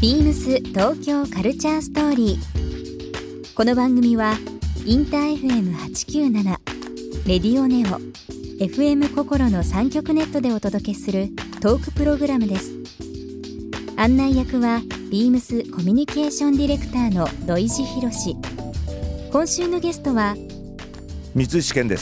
ビームス東京カルチャーストーリー。この番組はインター FM897 レディオネオ FM 心の3極ネットでお届けするトークプログラムです。案内役はビームスコミュニケーションディレクターの土井博志。今週のゲストは三石健です。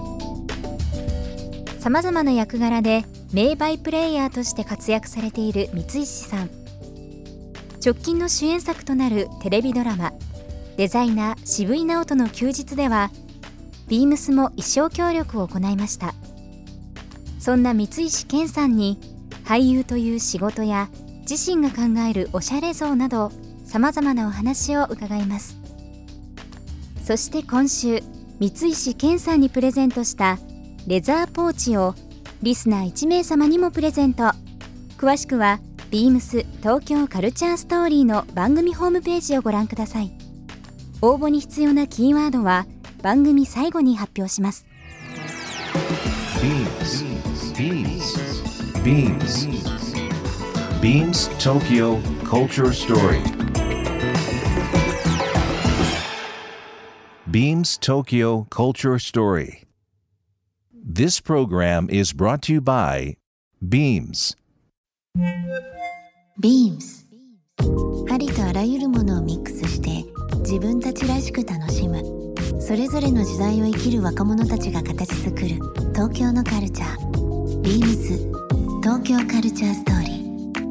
さまざまな役柄で名バイプレイヤーとして活躍されている三石さん。直近の主演作となるテレビドラマデザイナー渋井直人の休日ではビームスも衣装協力を行いました。そんな三石健さんに俳優という仕事や自身が考えるおしゃれ像などさまざまなお話を伺います。そして今週三石健さんにプレゼントしたレザーポーチをリスナー1名様にもプレゼント。詳しくはビームス東京カルチャーストーリーの番組ホームページをご覧ください。応募に必要なキーワードは番組最後に発表します。 Beams Tokyo Culture Story. Beams Tokyo Culture Story. This program is brought to you by Beams. Beams ありとあらゆるものをミックスして自分たちらしく楽しむ、それぞれの時代を生きる若者たちが形作る東京のカルチャー。 Beams 東京カルチャーストーリー。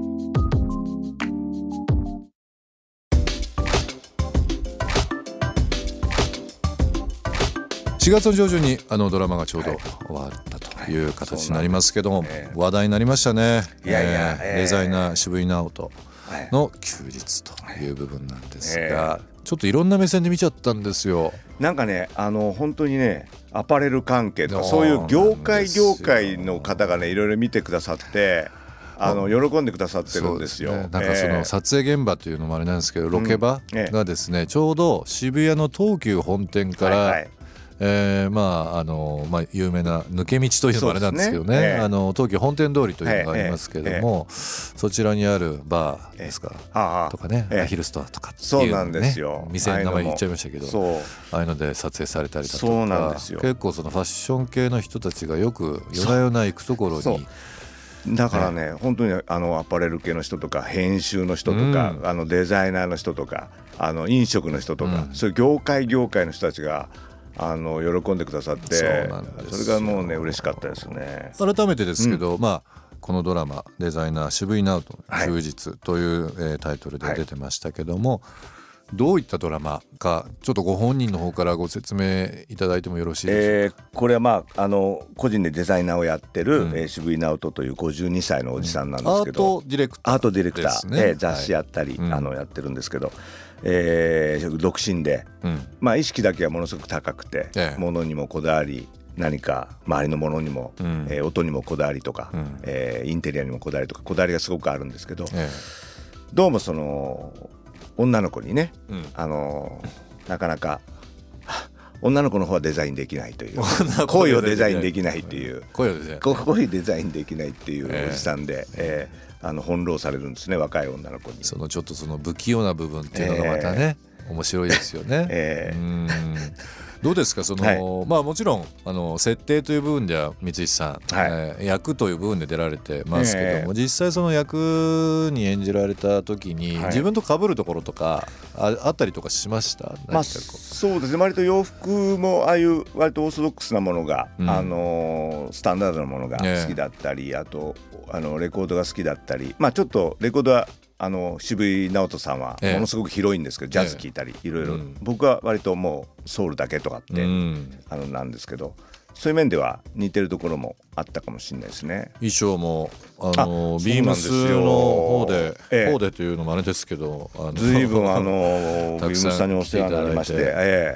4月の上旬にドラマがちょうど終わったという形になりますけども、話題になりましたね。デザイナー渋井直人の休日という部分なんですが、ちょっといろんな目線で見ちゃったんですよ。 なんかね、本当にね、アパレル関係とかそういう業界の方がね、いろいろ見てくださって喜んでくださってるんですよ。 なんかその撮影現場というのもあれなんですけど、ロケ場がですね、ちょうど渋谷の東急本店から、有名な抜け道というのもあれなんですけどね、東急本店通りというのがありますけども、そちらにあるバーですか、とかね、アヒルストアとかっていうのね、 そうなんですよ。 店の名前言っちゃいましたけど、ああいうので撮影されたりだとか、結構そのファッション系の人たちがよく夜な夜な行くところに、 だからね、本当にアパレル系の人とか編集の人とか、デザイナーの人とか飲食の人とか、そういう業界の人たちが喜んでくださって、それがもうね嬉しかったですね。 改めてですけど、このドラマデザイナー渋井直人の休日という、タイトルで出てましたけども、どういったドラマかちょっとご本人の方からご説明いただいてもよろしいでしょうか。 これは個人でデザイナーをやってる、渋井直人という52歳のおじさんなんですけど、 アートディレクター、 ね、雑誌やったり、やってるんですけど、独身で、意識だけはものすごく高くて、物にもこだわり、何か周りのものにも、音にもこだわりとか、インテリアにもこだわりとか、こだわりがすごくあるんですけど、どうもその女の子にね、なかなか女の子の方はデザインできないという恋をデザインできないっていう恋デザインできないっていうおじさんで、翻弄されるんですね、若い女の子に。 ちょっとその不器用な部分っていうのがまたね、面白いですよね。どうですか、もちろん設定という部分では三石さん、役という部分で出られてますけども、実際その役に演じられた時に、自分と被るところとか あったりとかしました？ そうですね、割と洋服もああいう割とオーソドックスなものが、スタンダードなものが好きだったり、あとレコードが好きだったり、ちょっとレコードは渋井直人さんはものすごく広いんですけど、ジャズ聴いたりいろいろ、僕は割ともうソウルだけとかって、なんですけど、そういう面では似てるところもあったかもしれないですね。 衣装もビームスの方でというのもあれですけど、 随分ビームスさんにお世話になりまして、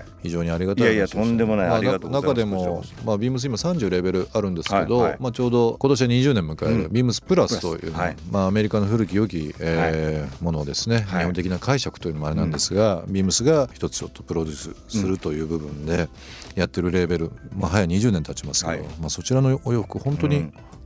非常にありがたい。 いやとんでもない、ありがとうございます。 中でも、ビームス今30レベルあるんですけど、ちょうど今年は20年迎えるビームスプラスという、アメリカの古き良きものをですね、日本的な解釈というのもあれなんですが、ビームスが一つちょっとプロデュースするという部分でやってるレーベル、早20年経ちますけど、そちらのお洋服本当に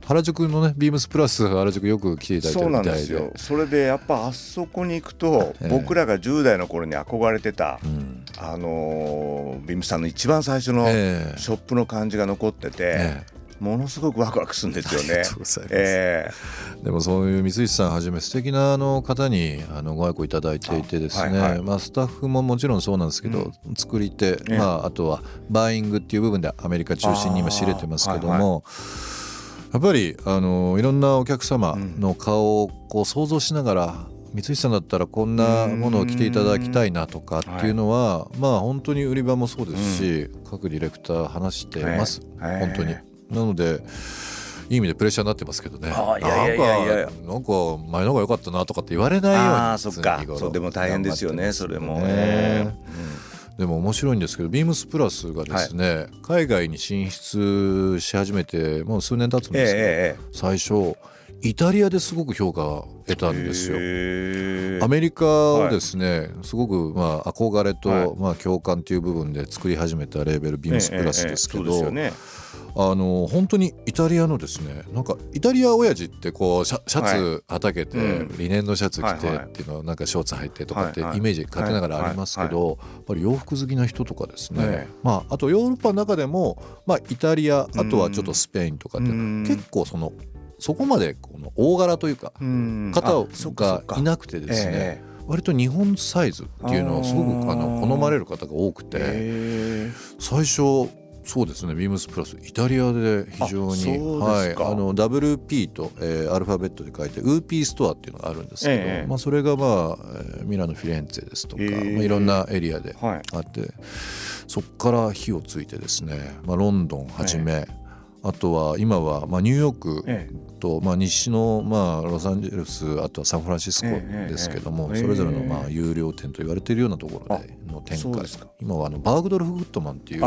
原宿のねビームスプラス原宿よく来ていただいてるみたいで。 そうなんですよ。それでやっぱあそこに行くと、僕らが10代の頃に憧れてた、ビームスさんの一番最初のショップの感じが残ってて、ものすごくワクワクするんですよね。 でもそういう三石さんはじめ素敵な方にご愛顧いただいていてですね、スタッフももちろんそうなんですけど、作り手、あとはバイイングっていう部分でアメリカ中心に今知れてますけども、やっぱりいろんなお客様の顔をこう想像しながら、三石さんだったらこんなものを着ていただきたいなとかっていうのは、本当に売り場もそうですし、各ディレクター話してます、本当に。なのでいい意味でプレッシャーになってますけどね。なんか前の方が良かったなとかって言われないように。 そっか。そうでも大変ですよね、それも。 でも面白いんですけど、ビームスプラスがですね、海外に進出し始めてもう数年経つんですけど、最初イタリアですごく評価を得たんですよ。アメリカをですね、すごく憧れと共感という部分で作り始めたレーベルビームスプラスですけど、本当にイタリアのですね、なんかイタリア親父ってこうシャツはたけて、リネンのシャツ着てっていうのはなんかショーツ履いてとかってイメージ勝手ながらありますけど、やっぱり洋服好きな人とかですね、あとヨーロッパの中でもイタリア、あとはちょっとスペインとかって結構そこまでこの大柄というか方がいなくてですね、割と日本サイズっていうのをすごく好まれる方が多くて、最初そうですね、ビームスプラスイタリアで非常に、WP と、アルファベットで書いてウーピーストアっていうのがあるんですけど、それがミラノフィレンツェですとか、いろんなエリアであって、そこから火をついてですね、ロンドンはじめ、あとは今はニューヨークと西のロサンゼルス、あとはサンフランシスコですけども、それぞれの有料店と言われているようなところでの展開。今はバーグドルフ・グッドマンっていう、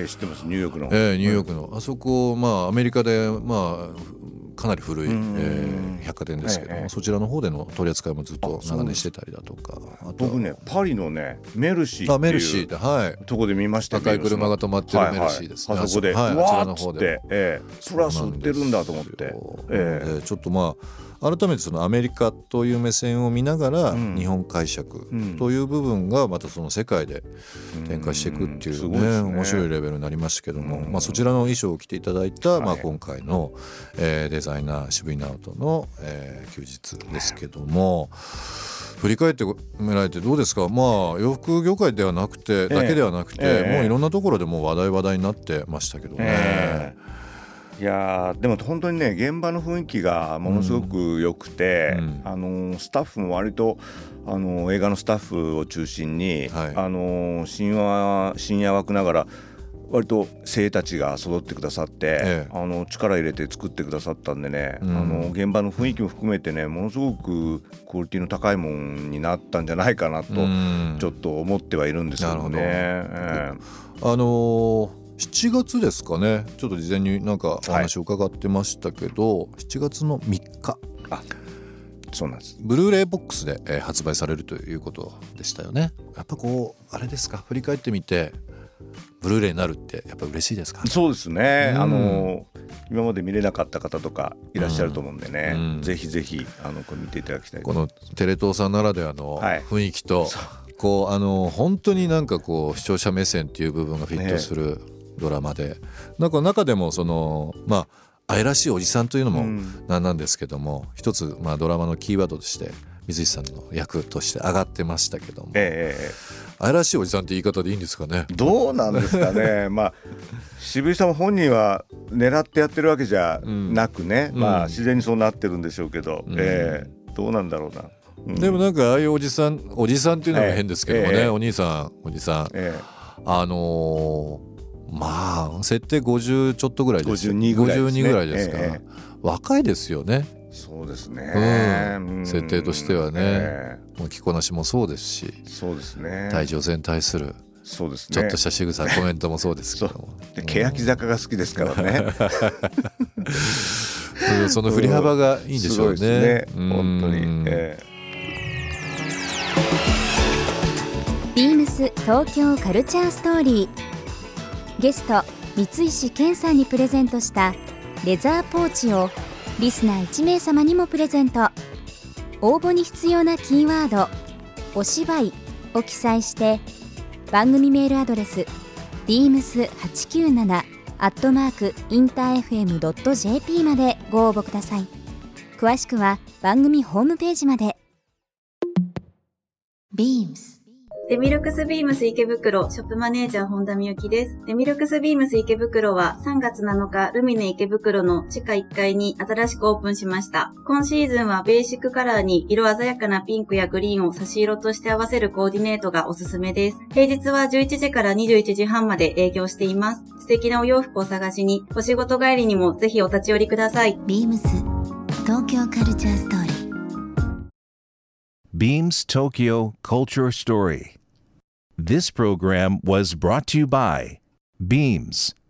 知ってます、ニューヨークの、 ニューヨークのあそこ、アメリカでかなり古い百貨店ですけども、そちらの方での取り扱いもずっと長年してたりだとか、 僕ねパリのねメルシーっていうとこで見ました。 赤い車が止まってるメルシーですね。 あそこでわーっつってプラス売ってるんだと思って、 ちょっと改めてそのアメリカという目線を見ながら日本解釈という部分がまたその世界で展開していくっていうね、面白いレベルになりましたけども、そちらの衣装を着ていただいた今回のデザイナー渋井直人の休日ですけども、振り返ってみられてどうですか。洋服業界ではなくてだけではなくて、もういろんなところでもう話題になってましたけどね。 いやでも本当にね、現場の雰囲気がものすごく良くて、スタッフも割と映画のスタッフを中心に、深夜枠ながら割と精鋭たちが揃ってくださって、力入れて作ってくださったんでね、現場の雰囲気も含めてね、ものすごくクオリティの高いものになったんじゃないかなとちょっと思ってはいるんですけどね。 7月ですかね、ちょっと事前になんかお話を伺ってましたけど、7月の3日、 そうなんです、 ブルーレイボックスで、発売されるということでしたよね。やっぱあれですか、振り返ってみてブルーレイになるってやっぱ嬉しいですか。 そうですね、今まで見れなかった方とかいらっしゃると思うんでね、ぜひぜひこれ見ていただきたい。 このテレ東さんならではの雰囲気と、本当になんか視聴者目線っていう部分がフィットするドラマで、中でも愛らしいおじさんというのもなんですけども、一つドラマのキーワードとして水石さんの役として上がってましたけども、愛らしいおじさんって言い方でいいんですかね。 どうなんですかね。渋井さん本人は狙ってやってるわけじゃなくね、自然にそうなってるんでしょうけど、どうなんだろうな。 でもなんかああいうおじさんっていうのが変ですけどもね、お兄さんおじさん、設定50ちょっとぐらいですよ。52ぐらいですから、若いですよね。 そうですね、 設定としてはね、もう着こなしもそうですし、 そうですね、 対女性に対するちょっとした仕草コメントもそうですけども、 欅坂が好きですからね。 その振り幅がいいんでしょうね。 そうですね、本当に。 ビームス東京カルチャーストーリー、ゲスト三石健さんにプレゼントしたレザーポーチをリスナー1名様にもプレゼント。応募に必要なキーワードお芝居を記載して番組メールアドレス beams897@interfm.jp までご応募ください。詳しくは番組ホームページまで。 beams デミルクスビームス池袋ショップマネージャー本田美幸です。デミルクスビームス池袋は3月7日ルミネ池袋の地下1階に新しくオープンしました。今シーズンはベーシックカラーに色鮮やかなピンクやグリーンを差し色として合わせるコーディネートがおすすめです。平日は11時から21時半まで営業しています。素敵なお洋服を探しにお仕事帰りにもぜひお立ち寄りください。 ビームス東京カルチャーストーリー。 Beams Tokyo Culture Story. This program was brought to you by Beams.